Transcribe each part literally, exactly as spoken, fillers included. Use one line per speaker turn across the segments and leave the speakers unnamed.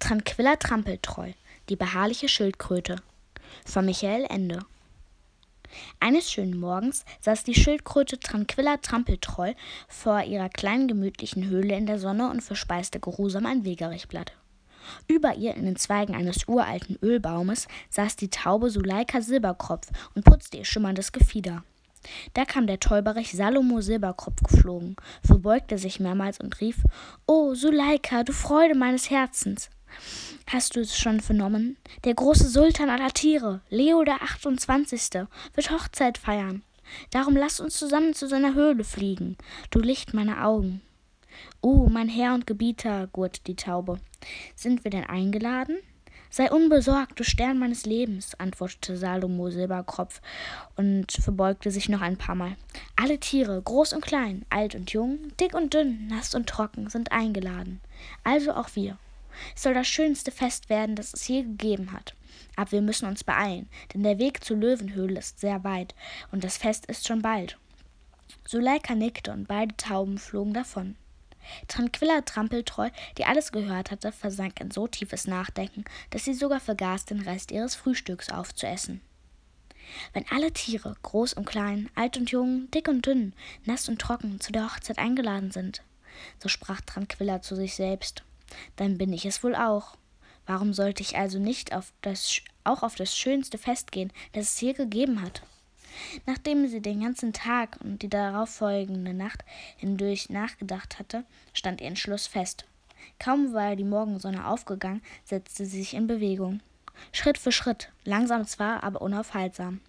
Tranquilla Trampeltreu, die beharrliche Schildkröte von Michael Ende. Eines schönen Morgens saß die Schildkröte Tranquilla Trampeltreu vor ihrer kleinen gemütlichen Höhle in der Sonne und verspeiste geruhsam ein Wegerichblatt. Über ihr in den Zweigen eines uralten Ölbaumes saß die Taube Suleika Silberkropf und putzte ihr schimmerndes Gefieder. Da kam der Täuberich Salomo Silberkropf geflogen, verbeugte sich mehrmals und rief: »O, Suleika, du Freude meines Herzens! Hast du es schon vernommen? Der große Sultan aller Tiere, Leo der achtundzwanzigste, wird Hochzeit feiern. Darum lass uns zusammen zu seiner Höhle fliegen, du Licht meiner Augen.« »Oh, mein Herr und Gebieter«, gurrte die Taube, »sind wir denn eingeladen?« »Sei unbesorgt, du Stern meines Lebens«, antwortete Salomo Silberkropf und verbeugte sich noch ein paar Mal. »Alle Tiere, groß und klein, alt und jung, dick und dünn, nass und trocken, sind eingeladen. Also auch wir. Es soll das schönste Fest werden, das es je gegeben hat. Aber wir müssen uns beeilen, denn der Weg zur Löwenhöhle ist sehr weit und das Fest ist schon bald.« Suleika nickte und beide Tauben flogen davon. Tranquilla Trampeltreu, die alles gehört hatte, versank in so tiefes Nachdenken, dass sie sogar vergaß, den Rest ihres Frühstücks aufzuessen. »Wenn alle Tiere, groß und klein, alt und jung, dick und dünn, nass und trocken, zu der Hochzeit eingeladen sind«, so sprach Tranquilla zu sich selbst, »dann bin ich es wohl auch. Warum sollte ich also nicht auf das, auch auf das schönste Fest gehen, das es je gegeben hat?« Nachdem sie den ganzen Tag und die darauffolgende Nacht hindurch nachgedacht hatte, stand ihr Entschluss fest. Kaum war die Morgensonne aufgegangen, setzte sie sich in Bewegung. Schritt für Schritt, langsam zwar, aber unaufhaltsam.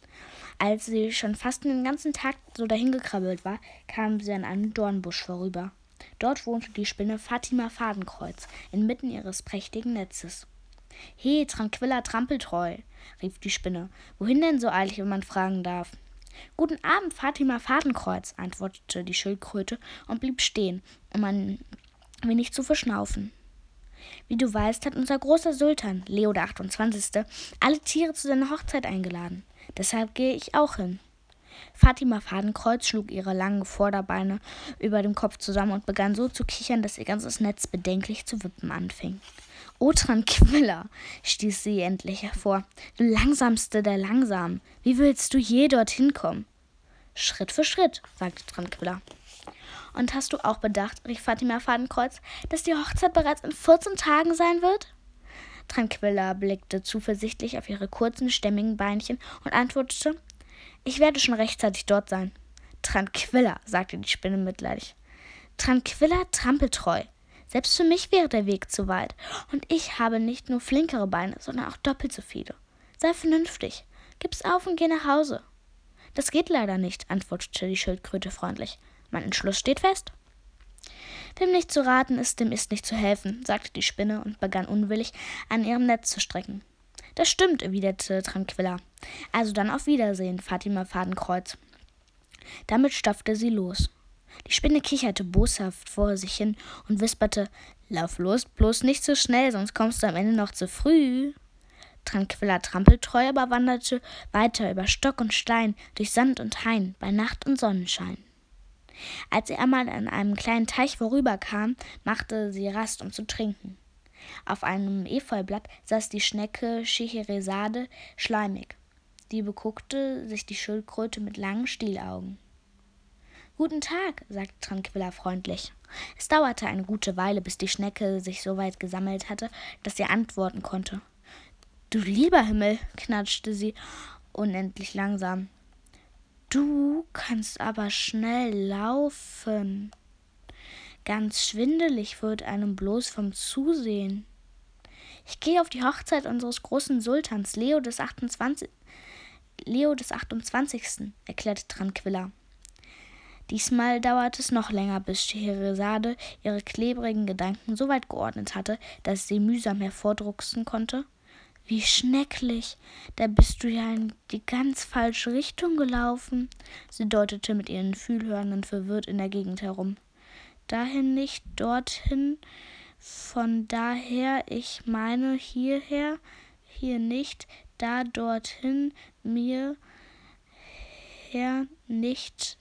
Als sie schon fast den ganzen Tag so dahingekrabbelt war, kam sie an einem Dornbusch vorüber. Dort wohnte die Spinne Fatima Fadenkreuz, inmitten ihres prächtigen Netzes. »He, Tranquilla Trampeltreu«, rief die Spinne. »Wohin denn so eilig, wenn man fragen darf?« »Guten Abend, Fatima Fadenkreuz«, antwortete die Schildkröte und blieb stehen, um ein wenig zu verschnaufen. »Wie du weißt, hat unser großer Sultan, Leo der achtundzwanzigste, alle Tiere zu seiner Hochzeit eingeladen. Deshalb gehe ich auch hin.« Fatima Fadenkreuz schlug ihre langen Vorderbeine über dem Kopf zusammen und begann so zu kichern, dass ihr ganzes Netz bedenklich zu wippen anfing. »O Tranquilla«, stieß sie endlich hervor, »du Langsamste der Langsamen, wie willst du je dorthin kommen?« »Schritt für Schritt«, sagte Tranquilla. »Und hast du auch bedacht«, rief Fatima Fadenkreuz, »dass die Hochzeit bereits in vierzehn Tagen sein wird?« Tranquilla blickte zuversichtlich auf ihre kurzen, stämmigen Beinchen und antwortete: »Ich werde schon rechtzeitig dort sein.« »Tranquilla«, sagte die Spinne mitleidig. »Tranquilla Trampeltreu. Selbst für mich wäre der Weg zu weit. Und ich habe nicht nur flinkere Beine, sondern auch doppelt so viele. Sei vernünftig. Gib's auf und geh nach Hause.« »Das geht leider nicht«, antwortete die Schildkröte freundlich. »Mein Entschluss steht fest.« »Wem nicht zu raten ist, dem ist nicht zu helfen«, sagte die Spinne und begann unwillig, an ihrem Netz zu strecken. »Das stimmt«, erwiderte Tranquilla. »Also dann auf Wiedersehen, Fatima Fadenkreuz.« Damit stapfte sie los. Die Spinne kicherte boshaft vor sich hin und wisperte: »Lauf los, bloß nicht zu schnell, sonst kommst du am Ende noch zu früh.« Tranquilla Trampeltreu aber wanderte weiter über Stock und Stein, durch Sand und Hain, bei Nacht und Sonnenschein. Als sie einmal an einem kleinen Teich vorüberkam, machte sie Rast, um zu trinken. Auf einem Efeublatt saß die Schnecke Scheheresade schleimig. Die beguckte sich die Schildkröte mit langen Stielaugen. »Guten Tag«, sagte Tranquilla freundlich. Es dauerte eine gute Weile, bis die Schnecke sich so weit gesammelt hatte, dass sie antworten konnte. »Du lieber Himmel«, knatschte sie unendlich langsam. »Du kannst aber schnell laufen. Ganz schwindelig wird einem bloß vom Zusehen. Ich gehe auf die Hochzeit unseres großen Sultans, Leo des achtundzwanzigsten Leo des achtundzwanzigsten, erklärte Tranquilla. Diesmal dauerte es noch länger, bis Scheheresade ihre klebrigen Gedanken so weit geordnet hatte, dass sie mühsam hervordrucksen konnte: »Wie schrecklich, da bist du ja in die ganz falsche Richtung gelaufen.« Sie deutete mit ihren Fühlhörnern verwirrt in der Gegend herum. »Dahin nicht, dorthin, von daher, ich meine hierher, hier nicht, da, dorthin, mir, her, nicht,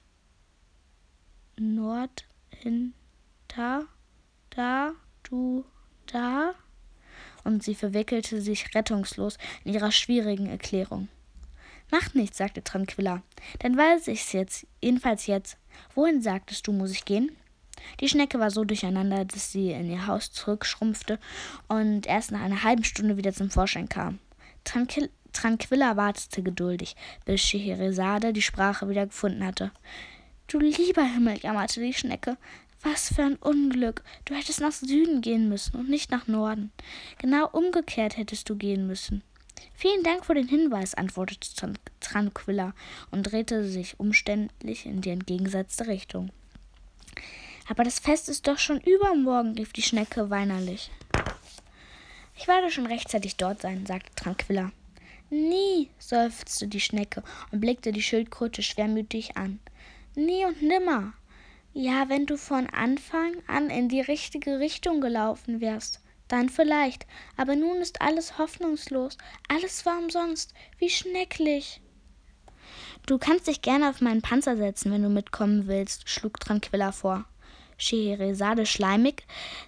Nord, hin, da, da, du, da.« und sie verwickelte sich rettungslos in ihrer schwierigen Erklärung. »Macht nichts«, sagte Tranquilla. »Dann weiß ich's jetzt, jedenfalls jetzt. Wohin, sagtest du, muss ich gehen?« Die Schnecke war so durcheinander, dass sie in ihr Haus zurückschrumpfte und erst nach einer halben Stunde wieder zum Vorschein kam. Tranquil- Tranquilla wartete geduldig, bis Scheherazade die Sprache wieder gefunden hatte. »Du lieber Himmel«, jammerte die Schnecke, »was für ein Unglück! Du hättest nach Süden gehen müssen und nicht nach Norden. Genau umgekehrt hättest du gehen müssen.« »Vielen Dank für den Hinweis«, antwortete Tran- Tranquilla und drehte sich umständlich in die entgegengesetzte Richtung. »Aber das Fest ist doch schon übermorgen«, rief die Schnecke weinerlich. »Ich werde schon rechtzeitig dort sein«, sagte Tranquilla. »Nie«, seufzte die Schnecke und blickte die Schildkröte schwermütig an. »Nie und nimmer. Ja, wenn du von Anfang an in die richtige Richtung gelaufen wärst, dann vielleicht. Aber nun ist alles hoffnungslos. Alles war umsonst. Wie schrecklich.« »Du kannst dich gerne auf meinen Panzer setzen, wenn du mitkommen willst«, schlug Tranquilla vor. Scheherazade schleimig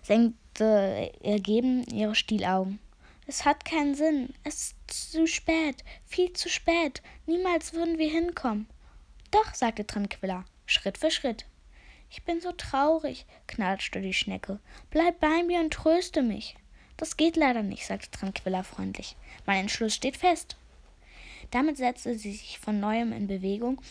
senkte ergeben ihre Stielaugen. »Es hat keinen Sinn. Es ist zu spät. Viel zu spät. Niemals würden wir hinkommen.« »Doch«, sagte Tranquilla, Schritt für Schritt. »Ich bin so traurig«, knatschte die Schnecke. »Bleib bei mir und tröste mich.« »Das geht leider nicht«, sagte Tranquilla freundlich. »Mein Entschluss steht fest.« Damit setzte sie sich von neuem in Bewegung,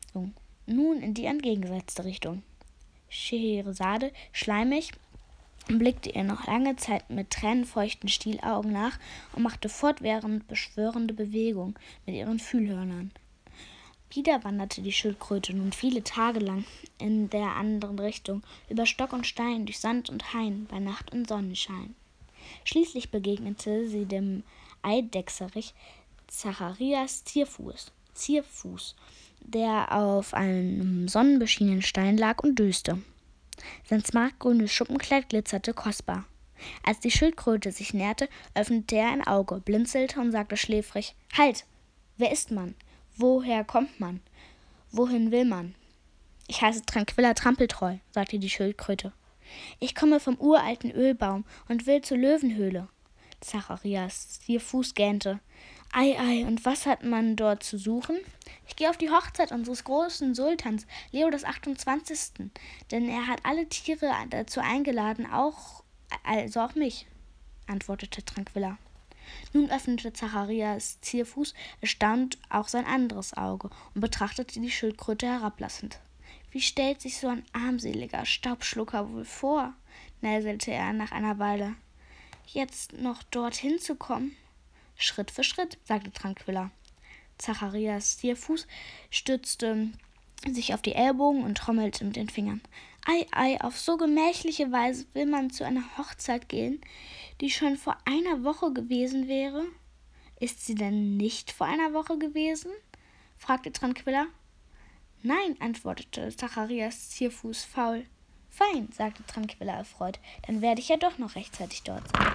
nun in die entgegengesetzte Richtung. Scheherazade, schleimig, blickte ihr noch lange Zeit mit tränenfeuchten Stielaugen nach und machte fortwährend beschwörende Bewegungen mit ihren Fühlhörnern. Wieder wanderte die Schildkröte nun viele Tage lang in der anderen Richtung, über Stock und Stein, durch Sand und Hain, bei Nacht und Sonnenschein. Schließlich begegnete sie dem Eidechserich Zacharias Zierfuß, Zierfuß, der auf einem sonnenbeschienenen Stein lag und döste. Sein smaragdgrünes Schuppenkleid glitzerte kostbar. Als die Schildkröte sich näherte, öffnete er ein Auge, blinzelte und sagte schläfrig: »Halt! Wer ist man? Woher kommt man? Wohin will man?« »Ich heiße Tranquilla Trampeltreu«, sagte die Schildkröte. »Ich komme vom uralten Ölbaum und will zur Löwenhöhle.« Zacharias Zierfuß gähnte. »Ei, ei, und was hat man dort zu suchen?« »Ich gehe auf die Hochzeit unseres großen Sultans, Leo des achtundzwanzigsten Denn er hat alle Tiere dazu eingeladen, auch, also auch mich«, antwortete Tranquilla. Nun öffnete Zacharias Zierfuß erstaunt auch sein anderes Auge und betrachtete die Schildkröte herablassend. »Wie stellt sich so ein armseliger Staubschlucker wohl vor?«, näselte er nach einer Weile. »Jetzt noch dorthin zu kommen?« »Schritt für Schritt«, sagte Tranquilla. Zacharias Zierfuß stützte sich auf die Ellbogen und trommelte mit den Fingern. »Ei, ei, auf so gemächliche Weise will man zu einer Hochzeit gehen, die schon vor einer Woche gewesen wäre?« »Ist sie denn nicht vor einer Woche gewesen?«, fragte Tranquilla. »Nein«, antwortete Zacharias Zierfuß faul. »Fein«, sagte Tranquilla erfreut, »dann werde ich ja doch noch rechtzeitig dort sein.«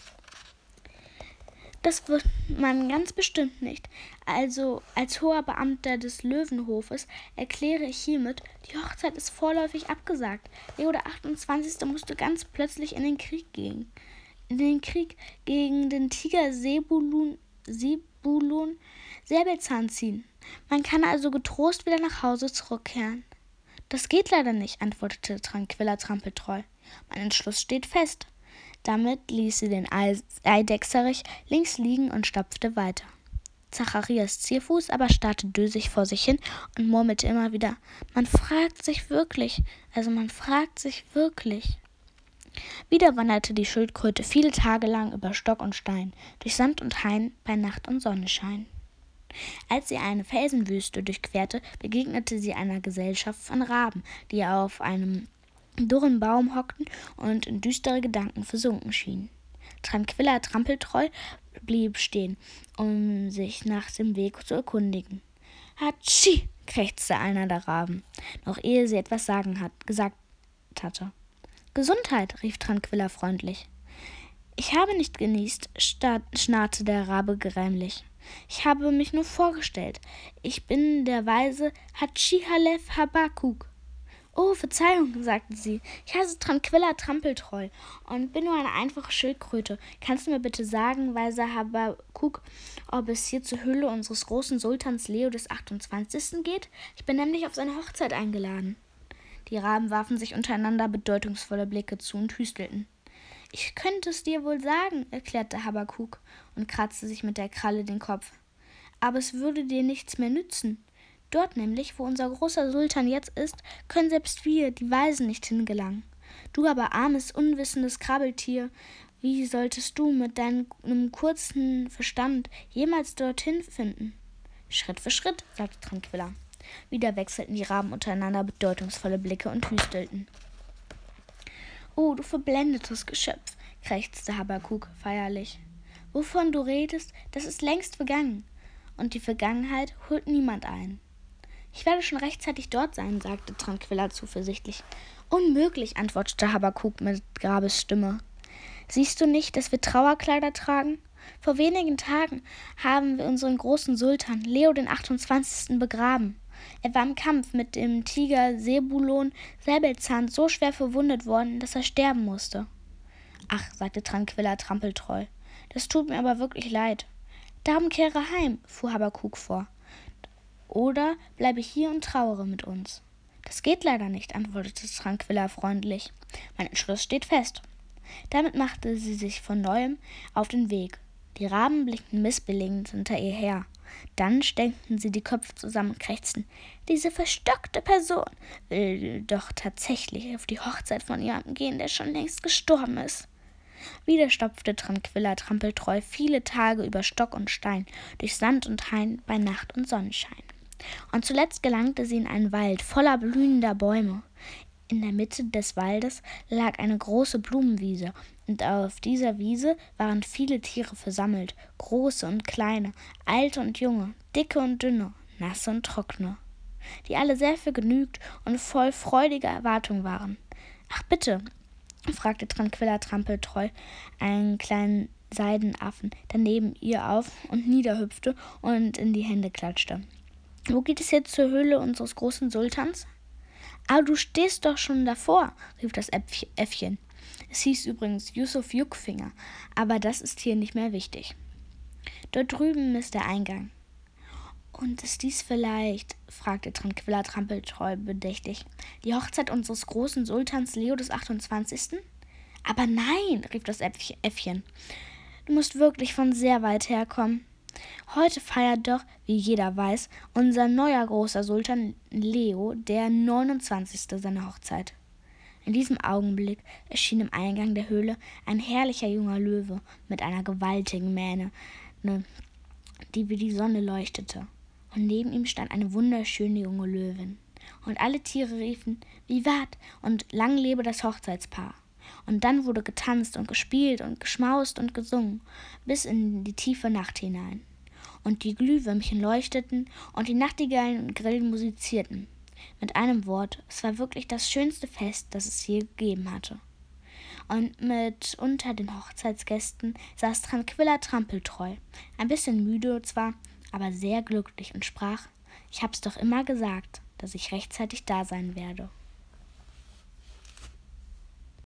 »Das wird man ganz bestimmt nicht. Also, als hoher Beamter des Löwenhofes erkläre ich hiermit, die Hochzeit ist vorläufig abgesagt. Leo der achtundzwanzigste musste ganz plötzlich in den Krieg gehen. In den Krieg gegen den Tiger Sebulun, Sebulun Säbelzahn ziehen. Man kann also getrost wieder nach Hause zurückkehren.« »Das geht leider nicht«, antwortete Tranquilla Trampeltreu. »Mein Entschluss steht fest.« Damit ließ sie den Eidechserich links liegen und stapfte weiter. Zacharias Zierfuß aber starrte dösig vor sich hin und murmelte immer wieder: »Man fragt sich wirklich, also man fragt sich wirklich.« Wieder wanderte die Schildkröte viele Tage lang über Stock und Stein, durch Sand und Hain, bei Nacht und Sonnenschein. Als sie eine Felsenwüste durchquerte, begegnete sie einer Gesellschaft von Raben, die auf einem dürren Baum hockten und in düstere Gedanken versunken schienen. Tranquilla Trampeltreu blieb stehen, um sich nach dem Weg zu erkundigen. »Hatschi«, krächzte einer der Raben, noch ehe sie etwas sagen hat, gesagt hatte. »Gesundheit«, rief Tranquilla freundlich. »Ich habe nicht genießt«, schnarrte der Rabe grämlich. »Ich habe mich nur vorgestellt. Ich bin der weise Hatschi-Halef Habakuk.« »Oh, Verzeihung«, sagte sie, »ich heiße Tranquilla Trampeltreu und bin nur eine einfache Schildkröte. Kannst du mir bitte sagen, weiser Habakuk, ob es hier zur Höhle unseres großen Sultans Leo des achtundzwanzigsten geht? Ich bin nämlich auf seine Hochzeit eingeladen.« Die Raben warfen sich untereinander bedeutungsvolle Blicke zu und hüstelten. »Ich könnte es dir wohl sagen«, erklärte Habakuk und kratzte sich mit der Kralle den Kopf. »Aber es würde dir nichts mehr nützen. Dort nämlich, wo unser großer Sultan jetzt ist, können selbst wir, die Weisen, nicht hingelangen. Du aber, armes, unwissendes Krabbeltier, wie solltest du mit deinem kurzen Verstand jemals dorthin finden?« »Schritt für Schritt«, sagte Tranquilla. Wieder wechselten die Raben untereinander bedeutungsvolle Blicke und hüstelten. »Oh, du verblendetes Geschöpf«, krächzte Habakuk feierlich. »Wovon du redest, das ist längst vergangen, und die Vergangenheit holt niemand ein.« »Ich werde schon rechtzeitig dort sein«, sagte Tranquilla zuversichtlich. »Unmöglich«, antwortete Habakuk mit Grabesstimme. »Siehst du nicht, dass wir Trauerkleider tragen? Vor wenigen Tagen haben wir unseren großen Sultan, Leo den achtundzwanzigsten, begraben. Er war im Kampf mit dem Tiger Sebulon Säbelzahn so schwer verwundet worden, dass er sterben musste.« »Ach«, sagte Tranquilla Trampeltreu, »das tut mir aber wirklich leid.« »Darum kehre heim«, fuhr Habakuk vor. »Oder bleibe hier und trauere mit uns.« »Das geht leider nicht«, antwortete Tranquilla freundlich. »Mein Entschluss steht fest.« Damit machte sie sich von neuem auf den Weg. Die Raben blickten missbilligend hinter ihr her. Dann steckten sie die Köpfe zusammen und krächzten. »Diese verstockte Person will doch tatsächlich auf die Hochzeit von jemandem gehen, der schon längst gestorben ist.« Wieder stapfte Tranquilla Trampeltreu viele Tage über Stock und Stein, durch Sand und Hain, bei Nacht und Sonnenschein. Und zuletzt gelangte sie in einen Wald voller blühender Bäume. In der Mitte des Waldes lag eine große Blumenwiese, und auf dieser Wiese waren viele Tiere versammelt, große und kleine, alte und junge, dicke und dünne, nasse und trockene, die alle sehr vergnügt und voll freudiger Erwartung waren. »Ach bitte«, fragte Tranquilla Trampeltreu einen kleinen Seidenaffen, der neben ihr auf und niederhüpfte und in die Hände klatschte. »Wo geht es jetzt zur Höhle unseres großen Sultans?« »Aber du stehst doch schon davor«, rief das Äffchen. Es hieß übrigens Yusuf Juckfinger, aber das ist hier nicht mehr wichtig. »Dort drüben ist der Eingang.« »Und ist dies vielleicht«, fragte Tranquilla Trampeltreu bedächtig, »die Hochzeit unseres großen Sultans Leo des achtundzwanzigsten? »Aber nein«, rief das Äffchen, »du musst wirklich von sehr weit herkommen. Heute feiert doch, wie jeder weiß, unser neuer großer Sultan Leo, der neunundzwanzigste, seine Hochzeit.« In diesem Augenblick erschien im Eingang der Höhle ein herrlicher junger Löwe mit einer gewaltigen Mähne, die wie die Sonne leuchtete. Und neben ihm stand eine wunderschöne junge Löwin. Und alle Tiere riefen »Vivat« und »Lang lebe das Hochzeitspaar«. Und dann wurde getanzt und gespielt und geschmaust und gesungen, bis in die tiefe Nacht hinein. Und die Glühwürmchen leuchteten und die Nachtigallen und Grillen musizierten. Mit einem Wort, es war wirklich das schönste Fest, das es je gegeben hatte. Und mit unter den Hochzeitsgästen saß Tranquilla Trampeltreu, ein bisschen müde zwar, aber sehr glücklich und sprach: »Ich hab's doch immer gesagt, dass ich rechtzeitig da sein werde.«